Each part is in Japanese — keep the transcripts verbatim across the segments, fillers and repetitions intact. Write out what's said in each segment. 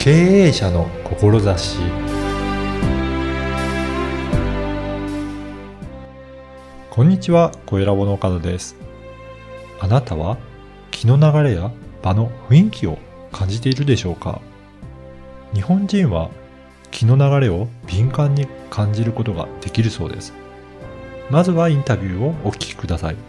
経営者の志。こんにちは、小ラボの岡田です。あなたは気の流れや場の雰囲気を感じているでしょうか？日本人は気の流れを敏感に感じることができるそうです。まずはインタビューをお聞きください。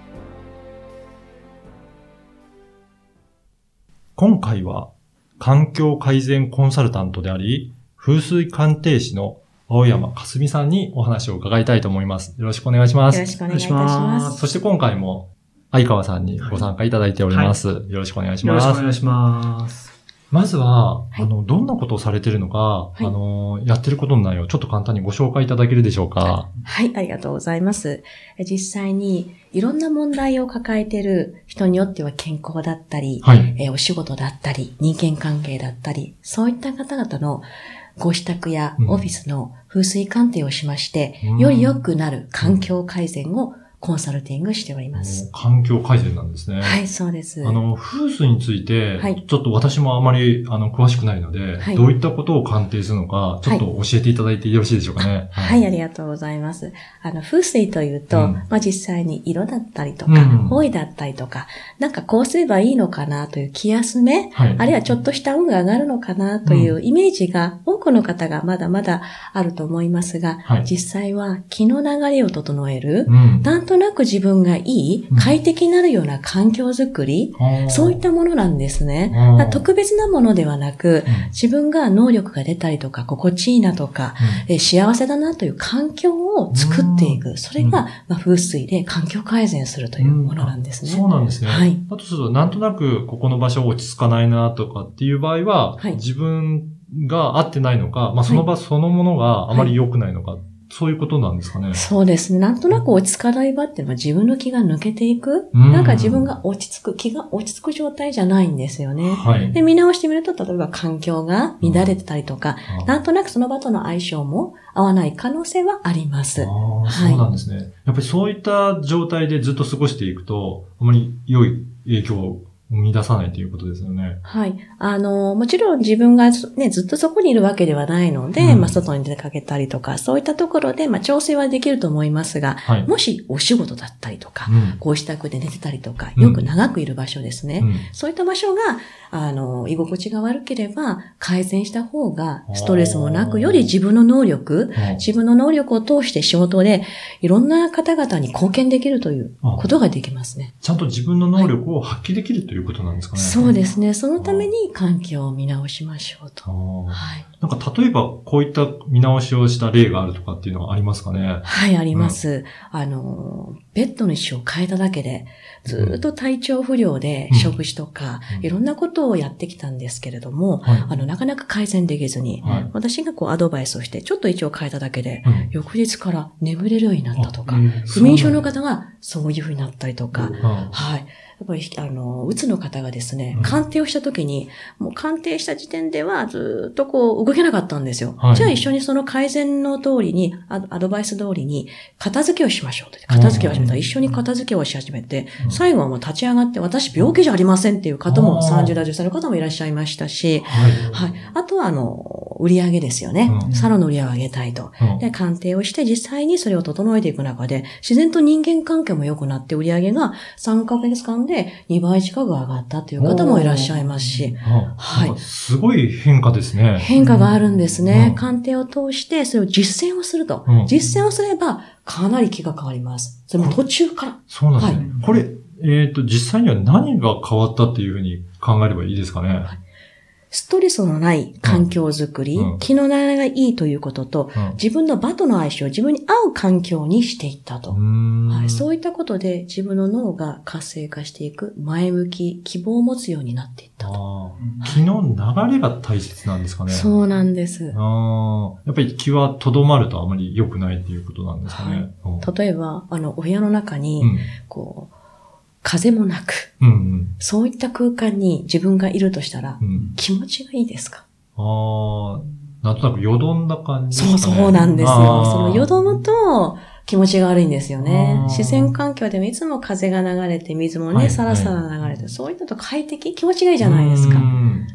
今回は環境改善コンサルタントであり、風水鑑定士の青山かすみさんにお話を伺いたいと思います。よろしくお願いします。 よろしくお願いいたします。 そして今回も相川さんにご参加いただいております。はい、よろしくお願いします。 よろしくお願いします。 まずは、 はい、 あの、どんなことをされているのか、はい、あの、やってることの内容をちょっと簡単にご紹介いただけるでしょうか。 はい、ありがとうございます。実際にいろんな問題を抱えている人によっては健康だったり、はい、えー、お仕事だったり、人間関係だったり、そういった方々のご自宅やオフィスの風水鑑定をしまして、うん、より良くなる環境改善をコンサルティングしております。 環境改善なんですね。 はい、そうです。 あの、風水について、はい、ちょっと私もあまり、あの、詳しくないので、はい、どういったことを鑑定するのか、ちょっと教えていただいてよろしいでしょうかね。 はい、はいはい、ありがとうございます。あの、風水というと、うん、まあ、実際に色だったりとか、うん、方位だったりとか、なんかこうすればいいのかなという気休め、はい、あるいはちょっとした運が上がるのかなというイメージが、多くの方がまだまだあると思いますが、はい、実際は気の流れを整える、うん、なんとなく自分がいい、快適になるような環境づくり、うん、そういったものなんですね。特別なものではなく、うん、自分が能力が出たりとか、心地いいなとか、うん、え幸せだなという環境を作っていく。うん、それが、まあ、風水で環境改善するというものなんですね。 うん、そうなんですね。はい。だとすると、なんとなくここの場所落ち着かないなとかっていう場合は、はい、自分が合ってないのか、まあ、その場そのものがあまり良くないのか、はいはい、そういうことなんですかね。 そうですね。なんとなく落ち着かない場っていうのは自分の気が抜けていく。うん、なんか自分が落ち着く、気が落ち着く状態じゃないんですよね。はい。で、見直してみると、例えば環境が乱れてたりとか、うん、なんとなくその場との相性も合わない可能性はあります。 ああ、はい、そうなんですね。やっぱりそういった状態でずっと過ごしていくと、あまり良い影響を生み出さないということですよね。 はい。あの、もちろん自分がね、ずっとそこにいるわけではないので、うん、まあ、外に出かけたりとか、そういったところで、まあ、調整はできると思いますが、はい、もしお仕事だったりとか、うん、ご自宅で寝てたりとか、よく長くいる場所ですね。うん、そういった場所が、あの、居心地が悪ければ、改善した方が、ストレスもなく、より自分の能力、自分の能力を通して仕事で、いろんな方々に貢献できるということができますね。 ちゃんと自分の能力を発揮できるということなんですかね。 そうですね。そのために環境を見直しましょうと。 はい。なんか例えばこういった見直しをした例があるとかっていうのはありますかね？ はい、あります。うん、あの、ベッドの位置を変えただけで、ずっと体調不良で食事とか、うん、いろんなことをやってきたんですけれども、はい、あの、なかなか改善できずに、はい、私がこうアドバイスをして、ちょっと位置を変えただけで、うん、翌日から眠れるようになったとか、不眠症の方がそういうふうになったりとか、うん、はい。やっぱり、あの、うつの方がですね、鑑定をしたときに、もう鑑定した時点ではずっとこう動けなかったんですよ。はい、じゃあ一緒にその改善の通りに、アドバイス通りに、片付けをしましょうと。片付けを始めたら一緒に片付けをし始めて、うん、最後はもう立ち上がって、私病気じゃありませんっていう方もさんじゅう代女性の方もいらっしゃいましたし、はい。はい。あとはあの、売り上げですよね。うん、サロンの売り上げを上げたいと。うん、で、鑑定をして実際にそれを整えていく中で、自然と人間関係も良くなって売り上げがさんかげつかんでにばい近く上がったという方もいらっしゃいますし、 はい。すごい変化ですね。 変化があるんですね。うん、鑑定を通してそれを実践をすると。うん、実践をすればかなり気が変わります。それも途中から。 そうなんですね。はい、これ、えっと、実際には何が変わったっていうふうに考えればいいですかね。はい、 ストレスのない環境づくり、うん、気の流れがいいということと、うん、自分の場との相性、自分に合う環境にしていったと。はい、そういったことで自分の脳が活性化していく、前向き、希望を持つようになっていったと。 はい、気の流れが大切なんですかね。 そうなんです。 あやっぱり気はとどまるとあまり良くないっていうことなんですかね。 はい、例えば、あの、お部屋の中に、うん、こう、風もなく、うんうん、そういった空間に自分がいるとしたら、うん、気持ちがいいですか？ ああ、なんとなくよどんだ感じですかね。そうそうなんですよ。そのよどむと気持ちが悪いんですよね。自然環境でもいつも風が流れて、水もね、はい、さらさら流れて、はい、そういったと快適、気持ちがいいじゃないですか。 うんあ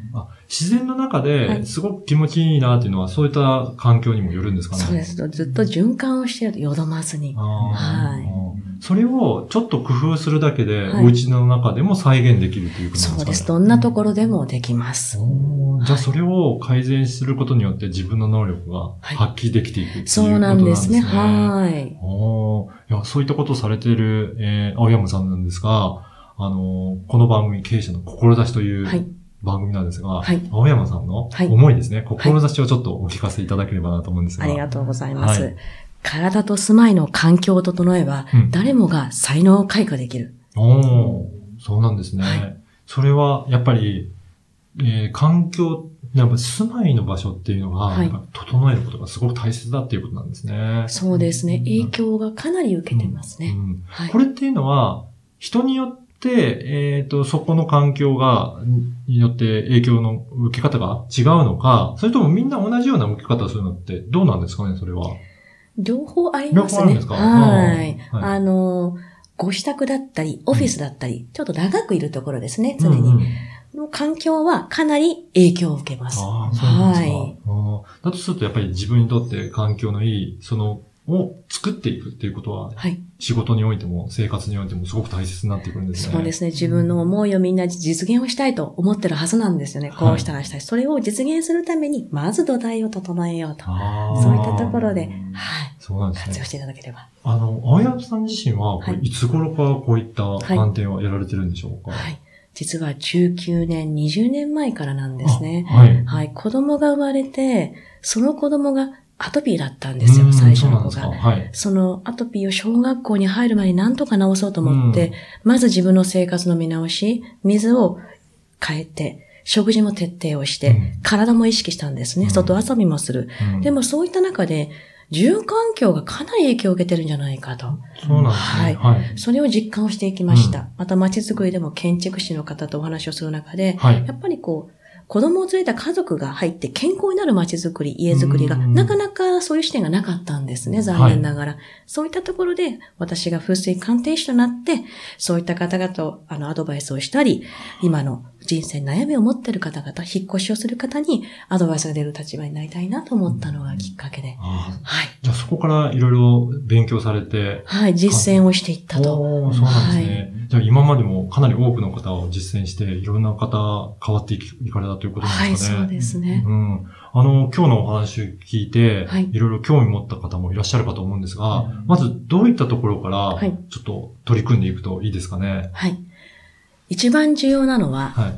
自然の中ですごく気持ちいいなっていうのは、そういった環境にもよるんですかね。 そうです。ずっと循環をしていると、よどまずに。はい。 それをちょっと工夫するだけで、はい、お家の中でも再現できるということなんですかね。 そうです。どんなところでもできます。 じゃあそれを改善することによって自分の能力が発揮できていくっていうことなんですね。 そうなんですね。はい。 おいやそういったことをされている、えー、青山さんなんですが、あのー、この番組経営者の志という、はい番組なんですが、はい、青山さんの思いですね、はい、志をちょっとお聞かせいただければなと思うんですが。 ありがとうございます。はい、体と住まいの環境を整えば、うん、誰もが才能を開花できる。 おー、そうなんですね。はい、それはやっぱり、えー、環境、やっぱ住まいの場所っていうのが、はい、整えることがすごく大切だっていうことなんですね。 そうですね。影響がかなり受けてますね。うんうんはい、これっていうのは、人によってで、えっと、そこの環境が、によって影響の受け方が違うのか、それともみんな同じような受け方をするのってどうなんですかね、それは。 両方ありますね。両方あるんですか？はい。はい、あの、ご自宅だったり、オフィスだったり、うん、ちょっと長くいるところですね、常に。うんうんの環境はかなり影響を受けます。 ああ、そうなんですか。はい、あだとするとやっぱり自分にとって環境のいい、その、を作っていくっていうことは、はい、仕事においても生活においてもすごく大切になってくるんですね。 そうですね。自分の思いをみんな実現をしたいと思ってるはずなんですよね。こうしたらしたい。はい、それを実現するために、まず土台を整えようと。そういったところで、はい。 そうなんですね。 活用していただければ。 あの、青山さん自身は、これいつ頃からこういった観点をやられてるんでしょうか？はい。はい実はじゅうきゅうねん、にじゅうねんまえからなんですね。はい。はい。子供が生まれて、その子供がアトピーだったんですよ、最初の子が。はい、そのアトピーを小学校に入る前に何とか治そうと思って、まず自分の生活の見直し、水を変えて、食事も徹底をして、うん、体も意識したんですね。うん、外遊びもする、うん。でもそういった中で、住環境がかなり影響を受けてるんじゃないかと。 そうなんですね。 はい。はい、それを実感をしていきました。うん、また街づくりでも建築士の方とお話をする中で、はい、やっぱりこう、子供を連れた家族が入って健康になる街づくり、家づくりが、なかなかそういう視点がなかったんですね、残念ながら。はい、そういったところで、私が風水鑑定士となって、そういった方々とあのアドバイスをしたり、今の人生悩みを持っている方々、引っ越しをする方にアドバイスが出る立場になりたいなと思ったのがきっかけで。 はい。じゃあそこからいろいろ勉強されて。 はい、実践をしていったと。 おー、そうなんですね。はい、じゃあ今までもかなり多くの方を実践して、いろんな方変わっていかれたということなんですかね。 はい、そうですね。 うん。あの、今日のお話を聞いて、はい、いろいろ興味持った方もいらっしゃるかと思うんですが、うん、まずどういったところから、ちょっと取り組んでいくといいですかね。 はい。一番重要なのは、はい、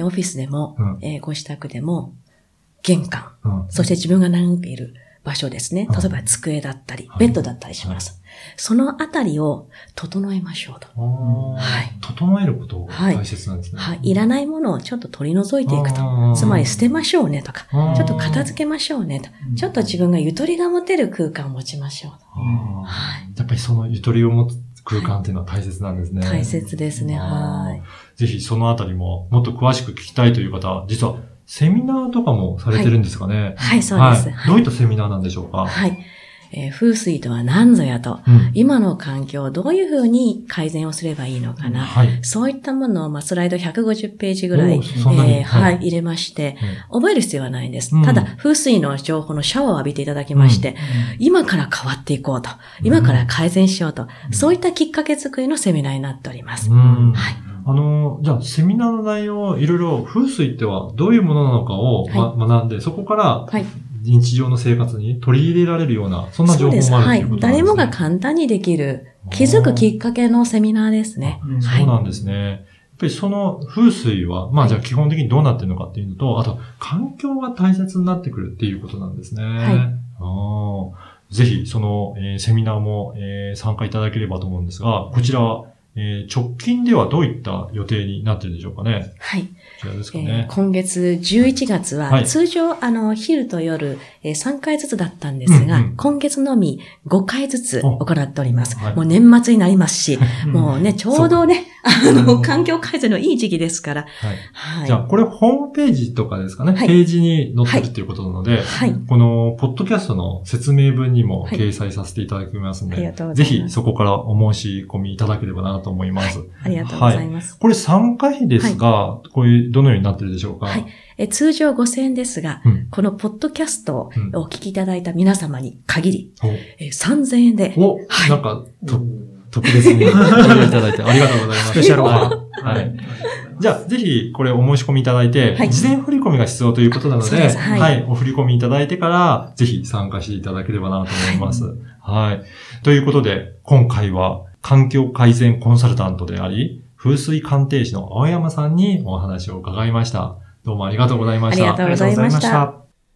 オフィスでも、うんえー、ご自宅でも、玄関、うん、そして自分が何かいる場所ですね。例えば机だったり、うん、ベッドだったりします。はい、そのあたりを整えましょうと。 はい、整えることが大切なんですね。 はい。はい。いらないものをちょっと取り除いていくと。つまり捨てましょうねとか、ちょっと片付けましょうねと。ちょっと自分がゆとりが持てる空間を持ちましょうと。 はい。やっぱりそのゆとりを持つ空間っていうのは大切なんですね。 はい、大切ですね。はい。 ぜひそのあたりももっと詳しく聞きたいという方、実はセミナーとかもされてるんですかね。 はい、はい、そうです、 はい。どういったセミナーなんでしょうか。 はい。えー、風水とは何ぞやと、うん、今の環境をどういうふうに改善をすればいいのかな。はい、そういったものを、まあ、スライドひゃくごじゅうページぐらい、えー、はい、入れまして、うん、覚える必要はないんです。うん、ただ、風水の情報のシャワーを浴びていただきまして、うん、今から変わっていこうと、今から改善しようと、うん、そういったきっかけ作りのセミナーになっております。うん、はい。 あの、じゃあ、セミナーの内容をいろいろ風水ってはどういうものなのかを、まはい、学んで、そこから、はい日常の生活に取り入れられるような、そんな情報もあるということなんですね。はい。誰もが簡単にできる、気づくきっかけのセミナーですね。 そうなんですね。やっぱりその風水は、まあじゃあ基本的にどうなってるのかっていうのと、あと環境が大切になってくるっていうことなんですね。はい。あぜひその、えー、セミナーも、えー、参加いただければと思うんですが、こちらは、えー、直近ではどういった予定になっているでしょうかね。 はい。 こちらですかね。 えー、今月じゅういちがつは、通常、はい、あの、昼と夜、えー、さんかいずつだったんですが、うんうん、今月のみごかいずつ行っております。はい、もう年末になりますし、もうね、ちょうどね、あの、環境改善のいい時期ですから。はい。 はい、じゃあ、これホームページとかですかね。はい、ページに載ってるっていうことなので、はい、この、ポッドキャストの説明文にも掲載させていただきますので、はい、ぜひそこからお申し込みいただければなとと思います。 はい、ありがとうございます。 はい、これ参加費ですが、はい、こういう、どのようになってるでしょうか？ はい。え通常ごせんえんですが、うん、このポッドキャストをお聞きいただいた皆様に限り、うん、えさんぜんえんで。 お、はい、なんか、と、特別にご利用いただいてありがとうございます。スペシャルオファー。はい。じゃあ、ぜひ、これお申し込みいただいて、はい、事前振り込みが必要ということなので、はい、はい、お振り込みいただいてから、ぜひ参加していただければなと思います。はい。はい、ということで、今回は、環境改善コンサルタントであり、風水鑑定士の青山さんにお話を伺いました。どうもありがとうございました。 ありがとうございました。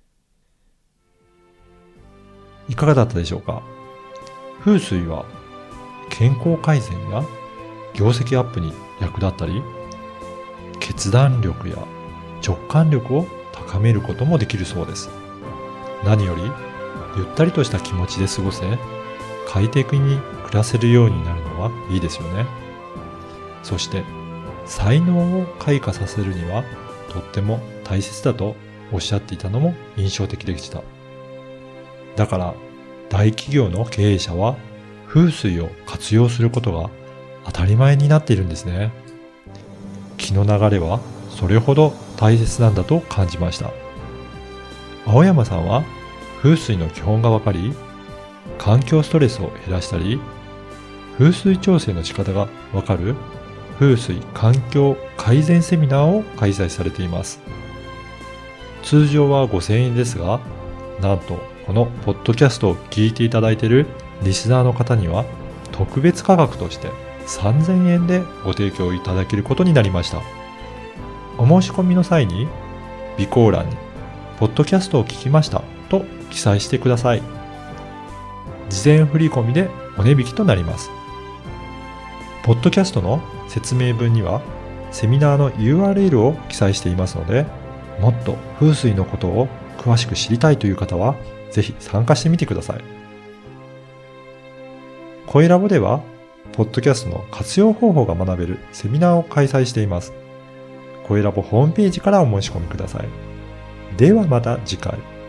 いかがだったでしょうか？風水は、健康改善や業績アップに役立ったり、決断力や直感力を高めることもできるそうです。何より、ゆったりとした気持ちで過ごせ、快適に暮らせるようになるのはいいですよね。そして、才能を開花させるにはとっても大切だとおっしゃっていたのも印象的でした。だから、大企業の経営者は風水を活用することが当たり前になっているんですね。気の流れはそれほど大切なんだと感じました。青山さんは風水の基本がわかり、環境ストレスを減らしたり、風水調整の仕方がわかる風水環境改善セミナーを開催されています。通常はごせんえんですが、なんとこのポッドキャストを聞いていただいているリスナーの方には特別価格としてさんぜんえんでご提供いただけることになりました。お申し込みの際に備考欄にポッドキャストを聞きましたと記載してください。事前振り込みでお値引きとなります。ポッドキャストの説明文にはセミナーの ユーアールエル を記載していますので、もっと風水のことを詳しく知りたいという方はぜひ参加してみてください。声ラボではポッドキャストの活用方法が学べるセミナーを開催しています。声ラボホームページからお申し込みください。ではまた次回。